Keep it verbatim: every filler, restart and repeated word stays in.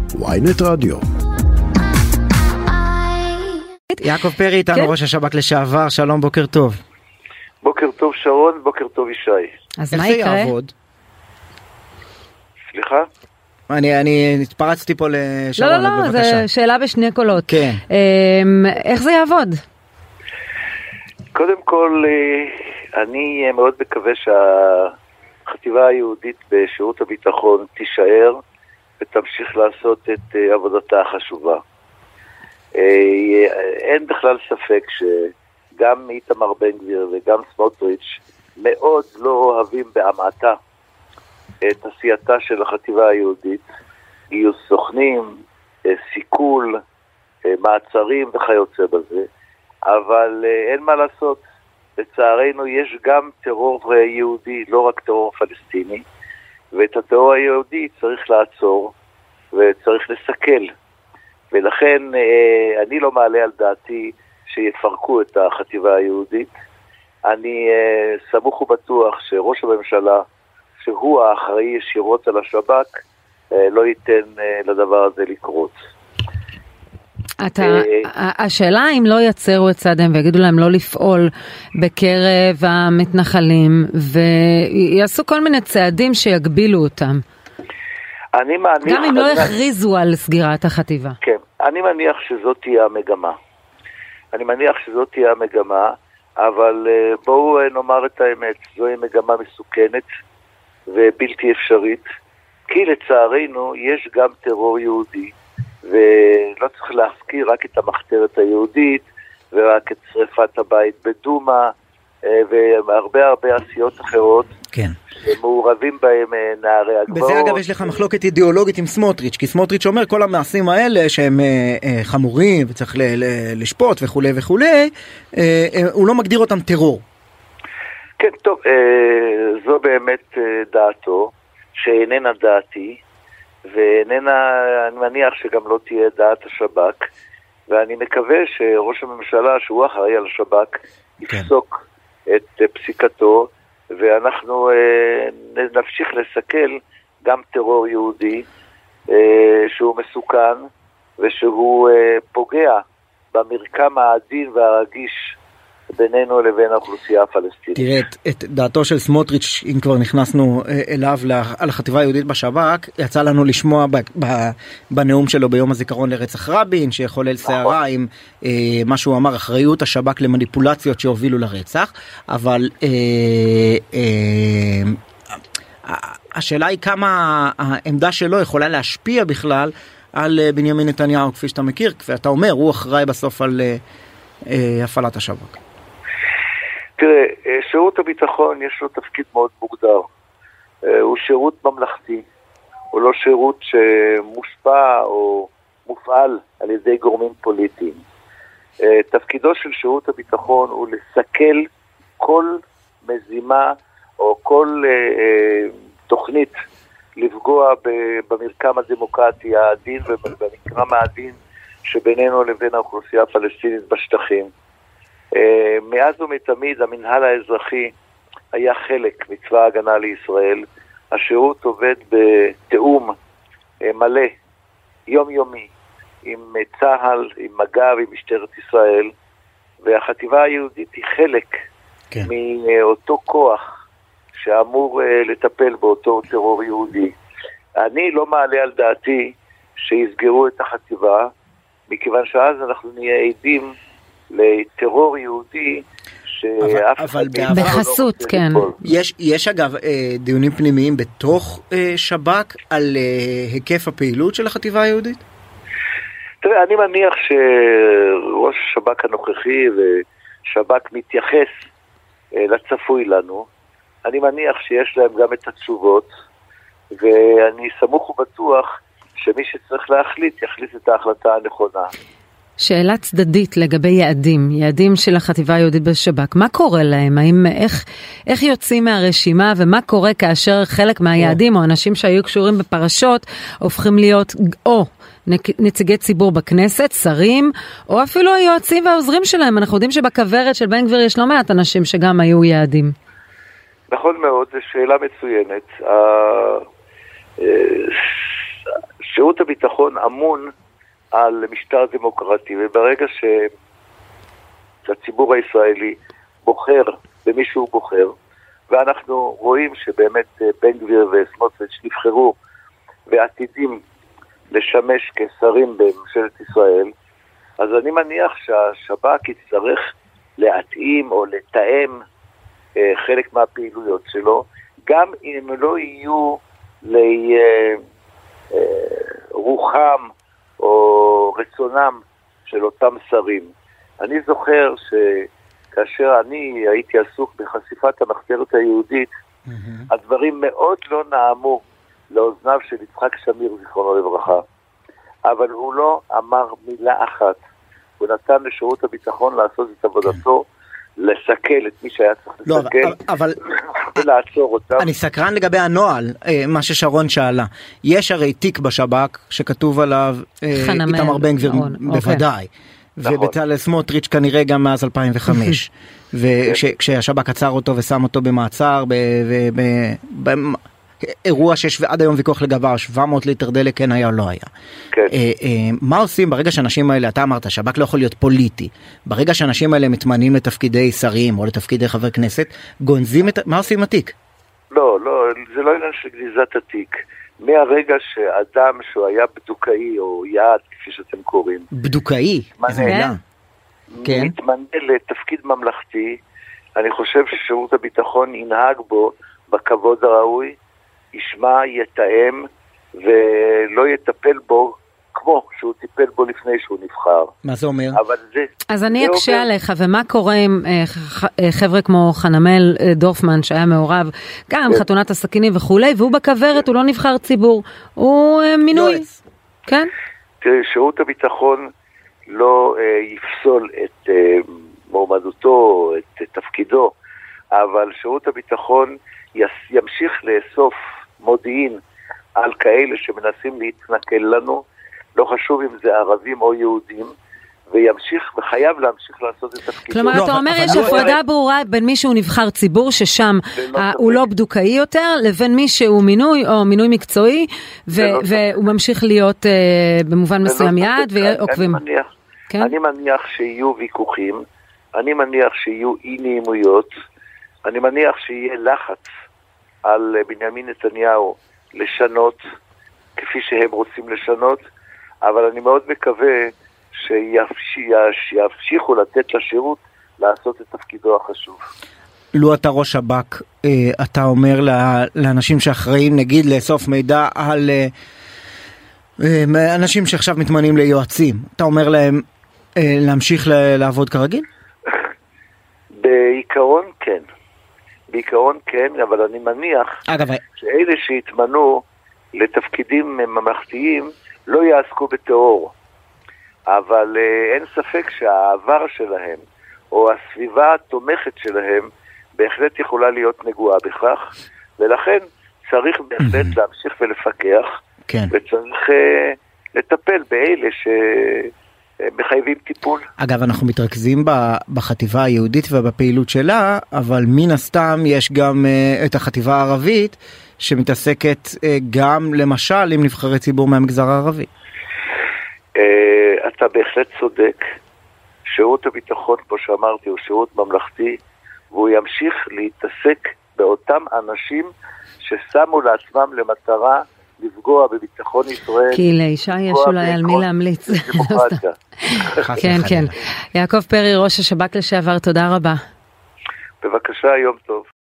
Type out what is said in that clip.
וויינט רדיו. יעקב פרי איתנו, ראש השב"כ לשעבר, שלום, בוקר טוב. בוקר טוב שרון, בוקר טוב ישי. אז מה יקרה? יעבוד? סליחה? אני, אני התפרצתי פה לשרון, לא, לא, לא, זו שאלה בשני קולות. כן. איך זה יעבוד? קודם כל, אני מאוד מקווה שהחטיבה היהודית בשירות הביטחון תישאר ותמשיך לעשות את עבודתה החשובה. אין בכלל ספק שגם איתמר בן גביר וגם סמוטריץ' מאוד לא אוהבים בהמעטה את עשייתה של החטיבה היהודית, גיוס סוכנים, סיכול, מעצרים וכיוצא בזה, אבל אין מה לעשות, לצערנו יש גם טרור יהודי, לא רק טרור פלסטיני, ואת הטרור היהודי צריך לעצור וצריך לסכל, ולכן אני לא מעלה על דעתי שיפרקו את החטיבה היהודית. אני סמוך ובטוח שראש הממשלה, שהוא האחראי ישירות על השב"כ, לא ייתן לדבר הזה לקרות. אתה, השאלה אם לא יצרו את צעדיהם ויגידו להם לא לפעול בקרב המתנחלים ויעשו כל מיני צעדים שיגבילו אותם. אני מניח, גם אם לא יכריזו על סגירת החטיבה. כן, אני מניח שזאת תהיה המגמה. אני מניח שזאת תהיה המגמה, אבל בואו נאמר את האמת, זוהי מגמה מסוכנת ובלתי אפשרית, כי לצערנו יש גם טרור יהודי, ולא צריך להזכיר רק את המחתרת היהודית, ורק את שריפת הבית בדומה, והרבה הרבה עשיות אחרות, כן. שמעורבים בהם נערי הגבעות. בזה אגב יש לך מחלוקת אידיאולוגית עם סמוטריץ', כי סמוטריץ' אומר כל המעשים האלה שהם אה, חמורים וצריך ל, ל, לשפוט וכו' וכו', אה, אה, הוא לא מגדיר אותם טרור. כן, טוב, אה, זו באמת אה, דעתו, שאיננה דעתי, ואיננה, אני מניח שגם לא תהיה דעת השב"כ, ואני מקווה שראש הממשלה, שהוא אחראי על השב"כ, כן. יפסוק את פסיקתו, ואנחנו אה, נמשיך לסכל גם טרור יהודי, אה, שהוא מסוכן, ושהוא אה, פוגע במרקם העדין והרגיש בינינו לבין האוכלוסייה הפלסטינית. תראה, את, את דעתו של סמוטריץ', אם כבר נכנסנו אליו על החטיבה היהודית בשב"כ, יצא לנו לשמוע ב, ב, בנאום שלו ביום הזיכרון לרצח רבין, שיחולל סערה עם אה, מה שהוא אמר, אחריות השב"כ למניפולציות שהובילו לרצח, אבל אה, אה, השאלה היא כמה העמדה שלו יכולה להשפיע בכלל על בנימין נתניהו, כפי שאתה מכיר, כפי אתה אומר, הוא אחראי בסוף על אה, הפעלת השב"כ. תראה, שירות הביטחון יש לו תפקיד מאוד מוגדר. הוא שירות ממלכתי, הוא לא שירות שמושפע או מופעל על ידי גורמים פוליטיים. תפקידו של שירות הביטחון הוא לסכל כל מזימה או כל תוכנית לפגוע במרקם הדמוקרטי העדין ובמרקם העדין שבינינו לבין האוכלוסייה הפלסטינית בשטחים. מאז ומתמיד המנהל האזרחי היה חלק מצבא ההגנה לישראל. השירות עובד בתאום מלא, יומיומי, עם צה"ל, עם מג"ב, עם משטרת ישראל, והחטיבה היהודית היא חלק כן. מאותו כוח שאמור לטפל באותו טרור יהודי. אני לא מעלה על דעתי שיסגרו את החטיבה, מכיוון שאז אנחנו נהיה עדים לטרור יהודי שאף אבל בחסות, כן. יש, יש אגב דיונים פנימיים בתוך שב"כ על היקף הפעילות של החטיבה היהודית? תראה, אני מניח שראש השב"כ הנוכחי ושב"כ מתייחס לצפוי לנו. אני מניח שיש להם גם את התשובות, ואני סמוך ובטוח שמי שצריך להחליט יחליט את ההחלטה הנכונה. שאלה צדדית לגבי יעדים, יעדים של החטיבה היהודית בשב"כ. מה קורה להם? האם, איך, איך יוצאים מהרשימה ומה קורה כאשר חלק מהיעדים או אנשים שהיו קשורים בפרשות הופכים להיות או נציגי ציבור בכנסת, שרים, או אפילו היועצים והעוזרים שלהם. אנחנו יודעים שבכוורת של בן גביר יש לא מעט אנשים שגם היו יעדים. נכון מאוד, זו שאלה מצוינת. שירות הביטחון אמון על משטר דמוקרטי, וברגע שהציבור הישראלי בוחר במי שהוא בוחר, ואנחנו רואים שבאמת בן גביר וסמוטריץ' נבחרו ועתידים לשמש כשרים בממשלת ישראל, אז אני מניח שהשב"כ יצטרך להתאים או לתאם אה, חלק מהפעילויות שלו, גם אם לא יהיו לרוחם או רצונם של אותם שרים. אני זוכר שכאשר אני הייתי עסוק בחשיפת המחתרת היהודית, mm-hmm. הדברים מאוד לא נעמו לאוזניו של יצחק שמיר זיכרונו לברכה, אבל הוא לא אמר מילה אחת. הוא נתן לשירות הביטחון לעשות את עבודתו, לסכל את מי שהיה צריך לסכל, אבל ולעצור אותם. אני סקרן לגבי הנוהל, מה ששרון שאלה. יש הרי תיק בשב"כ שכתוב עליו איתמר בן גביר, בוודאי, ובצלאל סמוטריץ' כנראה גם מאז אלפיים וחמש, וכשהשב"כ עצר אותו ושם אותו במעצר, אירוע שיש ועד היום ויכוח לגביו, שבע מאות ליטר דלק כן היה או לא היה. כן. אה, אה, מה עושים ברגע שאנשים האלה, אתה אמרת, שב"כ לא יכול להיות פוליטי, ברגע שאנשים האלה מתמנים לתפקידי שרים או לתפקידי חבר כנסת, גונזים את, מה עושים התיק? לא, לא, זה לא עניין של גניזת התיק. מהרגע שאדם שהוא היה בדוקאי או יעד, כפי שאתם קוראים. בדוקאי? איזה מילה. כן. מתמנה לתפקיד ממלכתי, אני חושב ששירות הביטחון ינהג בו בכבוד הראוי, ישמע, יתאם, ולא יטפל בו כמו שהוא טיפל בו לפני שהוא נבחר. מה זה אומר? אבל זה... אז אני אקשה עליך, ומה קורה עם חבר'ה כמו חנמל דורפמן, שהיה מעורב, גם חתונת הסכינים וכולי, והוא בכוורת, הוא לא נבחר ציבור, הוא מינוי. כן? תראי, שירות הביטחון לא יפסול את מועמדותו, את תפקידו, אבל שירות הביטחון ימשיך לאסוף מודיעין על כאלה שמנסים להתנכל לנו, לא חשוב אם זה ערבים או יהודים, וימשיך וחייב להמשיך לעשות את תפקידו. כלומר, אתה אומר, יש הפרדה ברורה בין מי שהוא נבחר ציבור, ששם הוא לא בדוקאי יותר, לבין מי שהוא מינוי או מינוי מקצועי, והוא ממשיך להיות במובן מסוים יעד, ועוקבים. אני מניח שיהיו ויכוחים, אני מניח שיהיו אי נעימויות, אני מניח שיהיה לחץ על בנימין נתניהו לשנות כפי שהם רוצים לשנות, אבל אני מאוד מקווה שימשיכו לתת לשירות לעשות את תפקידו החשוב. לו אתה ראש שב"כ, אתה אומר לאנשים שאחראים, נגיד, לאסוף מידע על אנשים שעכשיו מתמנים ליועצים, אתה אומר להם להמשיך לעבוד כרגיל? בעיקרון כן. בעיקרון כן, אבל אני מניח אגב, שאלה שהתמנו לתפקידים ממלכתיים לא יעסקו בתיאור. אבל אה, אין ספק שהעבר שלהם או הסביבה התומכת שלהם בהחלט יכולה להיות נגועה בכך, ולכן צריך בהחלט להמשיך ולפקח, כן. וצריך אה, לטפל באלה ש... מחייבים טיפול. אגב, אנחנו מתרכזים בחטיבה היהודית ובפעילות שלה, אבל מן הסתם יש גם uh, את החטיבה הערבית, שמתעסקת uh, גם למשל עם נבחרי ציבור מהמגזר הערבי. Uh, אתה בהחלט צודק. שירות הביטחון, כמו שאמרתי, הוא שירות ממלכתי, והוא ימשיך להתעסק באותם אנשים ששמו לעצמם למטרה לפגוע בביטחון ישראל. כי לאישה יש אולי על מי להמליץ. כן, כן. יעקב פרי, ראש השב"כ לשעבר, תודה רבה. בבקשה, יום טוב.